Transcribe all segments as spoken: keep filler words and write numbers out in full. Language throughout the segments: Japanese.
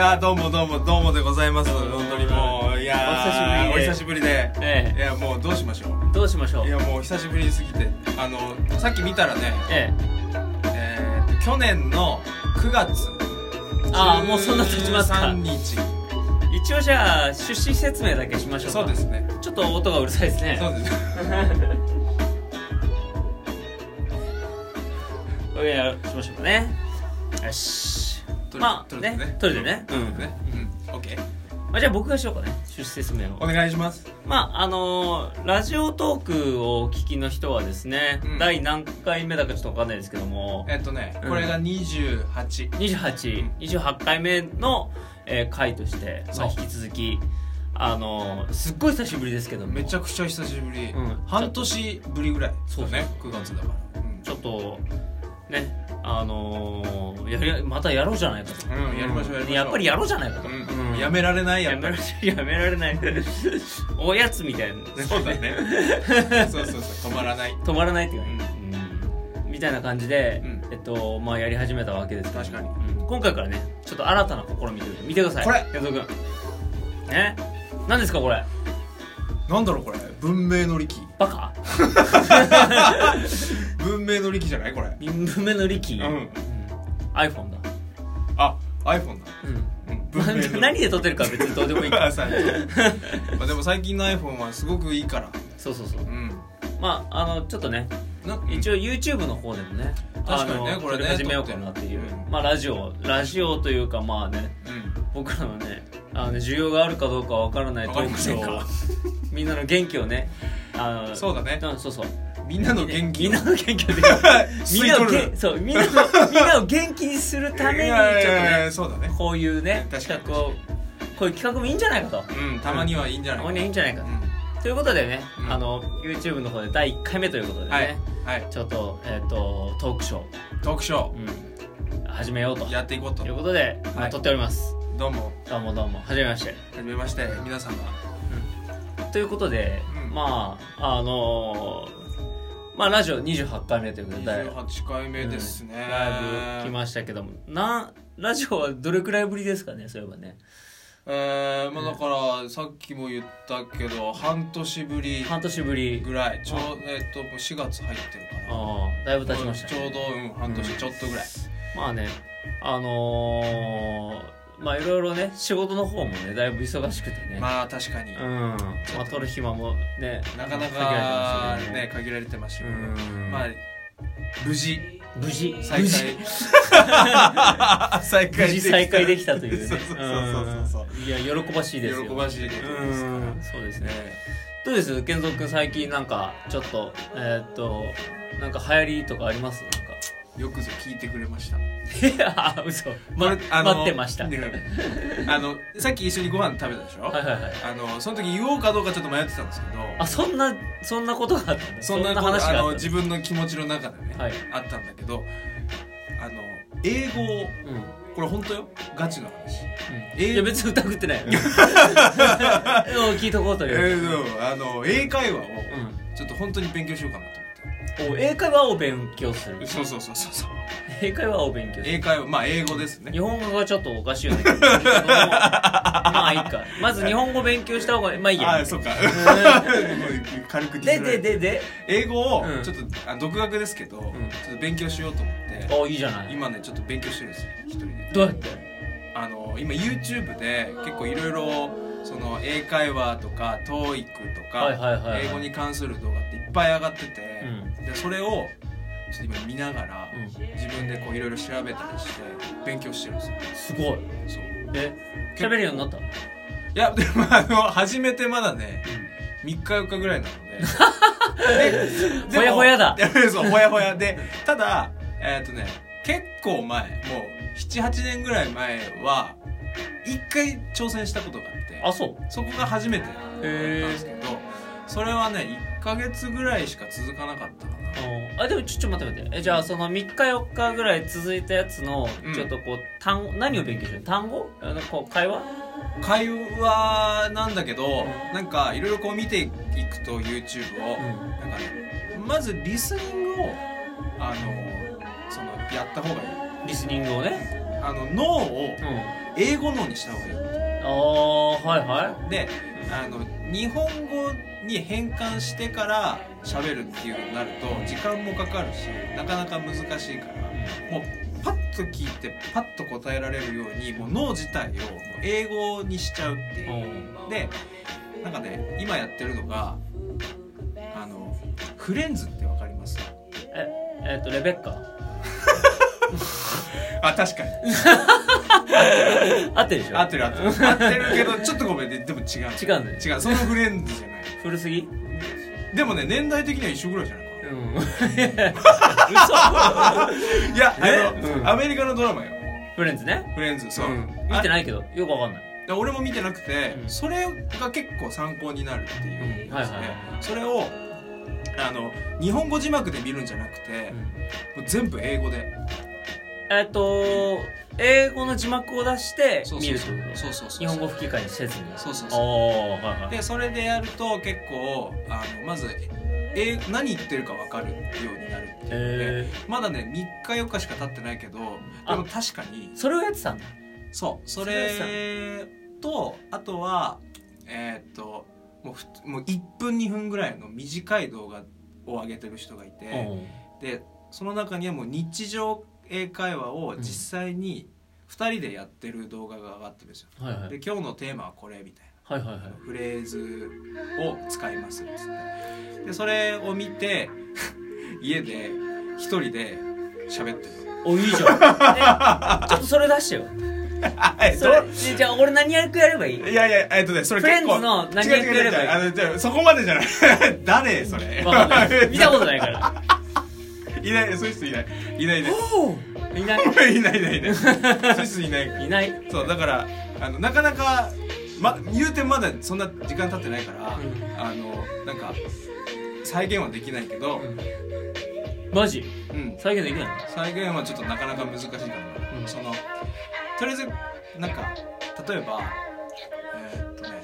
やーどうもどうもどうもでございます。本当にもういやーお久しぶりで、ええ、いやもうどうしましょうどうしましょう。 いやもう久しぶりすぎて、あのさっき見たらね、えええー、去年のくがつああもうそんな経ちますか。 じゅうさんにち一応じゃあ出資説明だけしましょうか。 そうですね。 ちょっと音がうるさいですね。 そうですこれやしましょうかね。よし。まあね、取れてね。うん。うん。 オッケー。 まあじゃあ僕がしようかね。出資説明を。 お願いします。 まああのー、ラジオトークをお聞きの人はですね、うん、第何回目だかちょっと分かんないですけども、 えっとね、これがにじゅうはち、 にじゅうはち、にじゅうはちかいめの、えー、回として、まあ、引き続きあのー、すっごい久しぶりですけども、 めちゃくちゃ久しぶり、うん、半年ぶりぐらい。 そうね、 くがつだから、うん、 ちょっとね、あのー、やりまたやろうじゃないかと、 うん、やりましょうやりましょう、 やっぱりやろうじゃないかと、 うんうん、やめられない、やっぱりやめられないおやつみたいなそうだねそうそうそう、止まらない止まらないっていうか、うんうん、みたいな感じで、うん、えっとまあやり始めたわけですけど、 確かに、 うん、今回からねちょっと新たな試みというか見てください。 これ健三君ね、何ですかこれ。 なんだろうこれ。文明の利器。 バカ文明の利器じゃないこれ。 文明の利器、うんうん、iPhone だ。 あ iPhone だ、 うんうん、何で撮ってるか別にどうでもいいからまあでも最近の iPhone はすごくいいから。 そうそうそう、うん、まああのちょっとね一応 YouTube の方でもね、 確かにねこれね始めようかなっていう、うん、まあラジオラジオというかまあね、うん、僕らのねあの、ね、需要があるかどうかわからないトークショーをみんなの元気をね、あのそうだね、 うん、そうそう、 みんなの元気みんなの元気をみんなをげそうみんなのみんなを元気にするためにちょっとね、 そうだね、 こういうね企画をこういう企画もいいんじゃないかと、 うん、たまにはいいんじゃないか、 たまにはいいんじゃないかと、うん、ということでね、うん、あの YouTube の方でだいいっかいめということでね、はいはい、ちょっとえっ、ー、とトークショートークショー、 うん、始めようとやっていこうということで、まあはい、撮っております。 どうもどうもどうもはじめましてはじめまして皆様、 うん、ということで、うん、まああのー、まあラジオにじゅうはちかいめということでにじゅうはちかいめですね、 うん、ライブ来ましたけども、なラジオはどれくらいぶりですかね。そういえばね、 えー、まあだからさっきも言ったけど半年ぶり半年ぶりぐらい、ちょうえっともうしがつ入ってるから、 ああだいぶ経ちましたね、 ちょうど、うん、半年ちょっとぐらい、 うん、まあねあのーまあいろいろね仕事の方もねだいぶ忙しくてね、まあ確かに、うん、 まあ撮る暇もねなかなかね限られてましたけど、ね、まあ無事無事再開再開できた再開できたというね、 そうそうそうそう、 いや喜ばしいですよ。 喜ばしいことですから。 そうですね。どうです健三君、最近なんかちょっとえー、っとなんか流行りとかあります？なんかよくぞ聞いてくれました。 いや嘘、ま、待ってました。 あのさっき一緒にご飯食べたでしょ。 はいはいはい。 あのその時言おうかどうかちょっと迷ってたんですけど。 あ、そんなそんなことがあったんだ。 そんな話があの自分の気持ちの中でね、はい、あったんだけど、あの英語を、うん、これ本当よ、ガチの話。 うん、いや別に疑ってないよ。聞いとこうという。 えー、あの英会話をちょっと本当に勉強しようかなと。 お英会話を勉強する。 そうそうそうそうそう。 英会話を勉強する。 英会話、まあ英語ですね。 日本語がちょっとおかしいよね。まあいいか。まず日本語勉強した方がまあいいや。 ああそうか。軽くでででで英語をちょっと、うん、独学ですけど、うん、ちょっと勉強しようと思って。 あいいじゃない。 今ねちょっと勉強してるんですよ一人で。 どうやって？ あの今 YouTube で結構いろいろその英会話とか トーイック とか英語に関する動画っていっぱい上がってて、うん、でそれをちょっと今見ながら、うん、自分でこういろいろ調べたりして勉強してるんですよ。 すごい。そう。え、喋るようになった？いやでもあの始めてまだね、うん、みっかよっかぐらいなので、ほやほやだ。 そうほやほやで、ただえっとね結構前、もうななはちねんぐらい前は一回挑戦したことがあって、 あ、そうそこが初めてだったんですけど、それはねいっかげつぐらいしか続かなかったかな。 あでもちょっと待って待って、えじゃあそのみっかよっかぐらい続いたやつの、うん、ちょっとこう単語何を勉強してる？単語？あのこう会話？ 会話なんだけど、うん、なんかいろいろこう見ていくと YouTube を、うん、なんかねまずリスニングをあのそのやった方がいい。 リスニングをね、 あの脳を英語のにした方がいい。 ああはいはい。 であの日本語に変換してから喋るっていうのになると時間もかかるしなかなか難しいから、もうパッと聞いてパッと答えられるようにもう脳自体をもう英語にしちゃうっていう。でなんかね今やってるのがあのフレンズってわかります？ ええー、っとレベッカあ確かに合ってるでしょ。 合ってる合ってる合ってるけどちょっとごめんねでも違う違うんだよ。 違うそのフレンズじゃない古すぎ。 でもね年代的には一緒ぐらいじゃないか。 うん嘘いやあの、うん、アメリカのドラマよフレンズね。 フレンズそう、うん、 見てないけどよくわかんない。 俺も見てなくて、うん、それが結構参考になるっていうですね、うんはいはいはい、それをあの日本語字幕で見るんじゃなくて、うん、もう全部英語でえっと英語の字幕を出して見るってこと。 そうそうそう。 日本語吹き替えにせずに。 そうそうそう。 はいはい。 でそれでやると結構あのまずえ何言ってるか分かるようになるっていうので、まだねみっかよっかしか経ってないけど、でも確かにそれをやってたんだ。 そうそれとあとはえー、っともうふもういっぷんにふんぐらいの短い動画を上げてる人がいて、でその中にはもう日常英会話を実際にふたりでやってる動画が上がってるんですよ、はいはい、で今日のテーマはこれみたいな、はいはいはい、フレーズを使いますっつってでそれを見て家で一人で喋ってる。 おいいじゃんちょっとそれ出してよそれじゃあ俺何役やればいい？いやいやえっとねそれ結構フレンズの何役やればいい？ あのじゃそこまでじゃない誰それ見たことないからいないそういう人いないいないねいないいないいないいないそういう人いないいないそうだからあのなかなか、ま、言うてまだそんな時間経ってないから、うん、あのなんか再現はできないけど、うん、 マジ？うん再現できないの？ 再現はちょっとなかなか難しいから、うん、そのとりあえずなんか例えばえー、っとね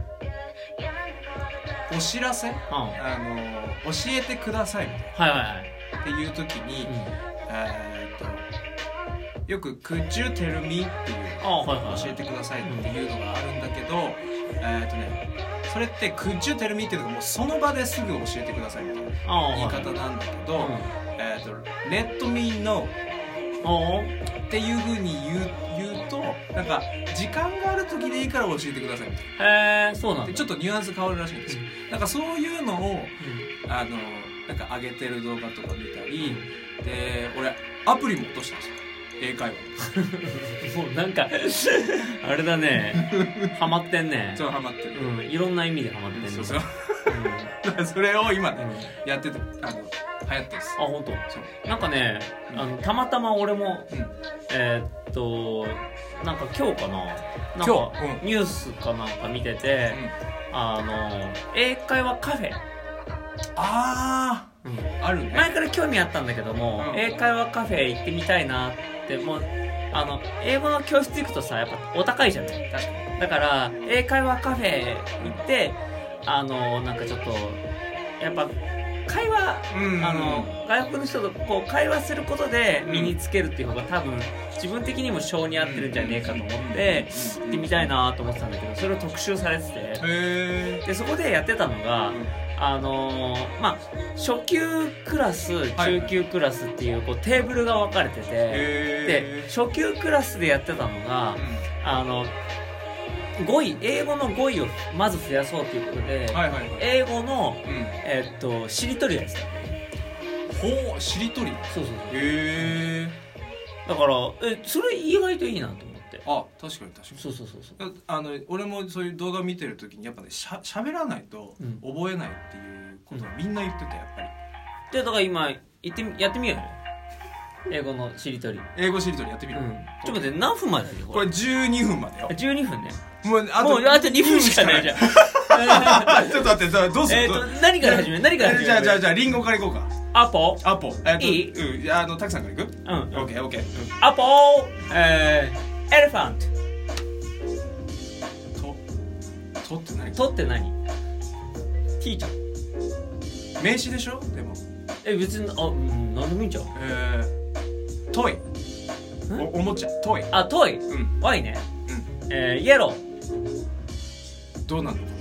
お知らせ、うん、あの教えてくださいみたいな、はいはいはい、っていう時に、うん、えー、っとよく Could you tell me っていう、はいはい、教えてくださいっていうのがあるんだけど、うん、えー、っとねそれって Could you tell me っていうのがもうその場ですぐ教えてくださいみたいな言い方なんだけど、はい、えー、っと Let me know っていう風に言う、言うとなんか時間がある時でいいから教えてくださいみたいな。 へーそうなんだ。 でちょっとニュアンス変わるらしいんですよ、うん、なんかそういうのを、うん、あのなんか上げてる動画とか見たり、うん、で俺アプリも落としたんですよ英会話もうなんかあれだねハマってんね。 そうハマってる、 うん、いろんな意味でハマってんね。そうそう、 うん、それを今ね、うん、やっててあの流行ってるす。 あ本当。そうなんかね、うん、あのたまたま俺も、うん、えー、っとなんか今日かななんか、うん、ニュースかなんか見てて、うん、あの英会話カフェあー、うん、あるね。 前から興味あったんだけども、うん、英会話カフェ行ってみたいなってもうあの英語の教室行くとさやっぱお高いじゃない。確かに。だから英会話カフェ行ってあのなんかちょっとやっぱ会話、うん、あの外国の人とこう会話することで身につけるっていう方が多分自分的にも性に合ってるんじゃねえかと思って行ってみたいなと思ってたんだけど、それを特集されてて、へでそこでやってたのが、うん、あのー、まあ初級クラス中級クラスっていう、こうテーブルが分かれてて、で初級クラスでやってたのが、うん、あの語彙英語の語彙をまず増やそうということで、はいはいはい、英語の、うん、えー、っとしりとりやつだ。 ほうしりとり。そうそうそう。へえ。 だからえそれ意外といいなと思って。 あ確かに確かに。 そうそうそうそう。 あの俺もそういう動画見てる時にやっぱねしゃ喋らないと覚えないっていうことはみんな言ってたやっぱり。 でだから今言ってやってみようよ。英語のしりとり。 英語しりとりやってみる、うん、 ちょっと待って何分までだよこれ。これじゅうにふんまでよ。 じゅうにふんね。 もうあともうあとにふんしかないじゃんちょっと待ってどうする。 えーと何から始める何から始める。 じゃあじゃあじゃあリンゴからいこうか。 アポアポ、えー、といい、 うん、あのタクさんからいく。うん OK OK、うん、 アポえーエレファントトって何。 トって何。ティーチャー名詞でしょ。でもえ別にあ、うん、何でもいいんちゃう。 えートイ お, おもちゃトイ。 あトイ、うん、ワイね、うえー、イエロー。 どうなんのこ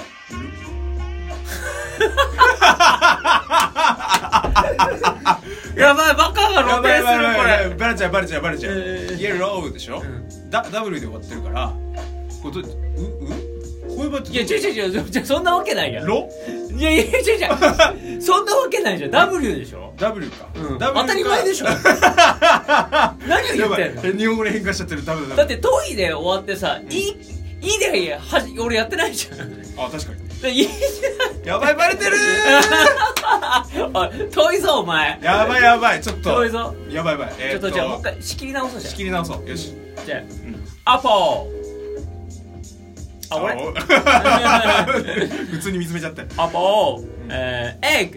れやばい、バカが露呈するこれ。 バレちゃうバレちゃうバレちゃう、 えー、 イエローでしょ、 うん、 だ W で終わってるからこれどうううこういう場合っていや違う違う違う違う、そんなわけないやん。 ロいやいや違う違うそんなわけないじゃん。 W でしょ。 W か、 うん、 W 当たり前でしょ何を言ってんの。 日本語で変化しちゃってる。ダメだだってトイで終わってさ、うん、いいいいではじ俺やってないじゃん。 あ、確かにいいやばい、バレてるおい遠いぞお前。 やばいやばい、ちょっと遠いぞ。 やばいやばい、 えー、ちょっとじゃあもう一回仕切り直そうじゃん。 仕切り直そう。よし、 じゃあ、うん、アポー。あ、俺普通に見つめちゃって。 アポー、うん、えー、エッグ、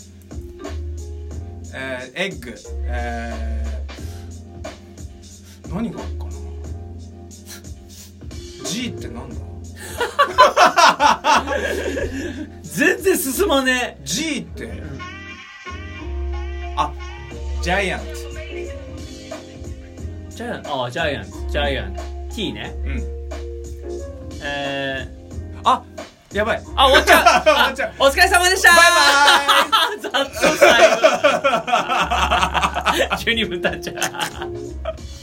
えー、エッグ、えー、何があるかな。 G ってなんだ。 全然進まねえ。 G って、うん、あ、ジャイアント。 ジャイアント、あ、ジャイアント、ジャイアント T ね。うん。えー、 あ、やばい。 あ、終わっちゃう。終わっちゃう。お疲れ様でした。 バイバイ。 ざっと最後じゅうにふん経っちゃう。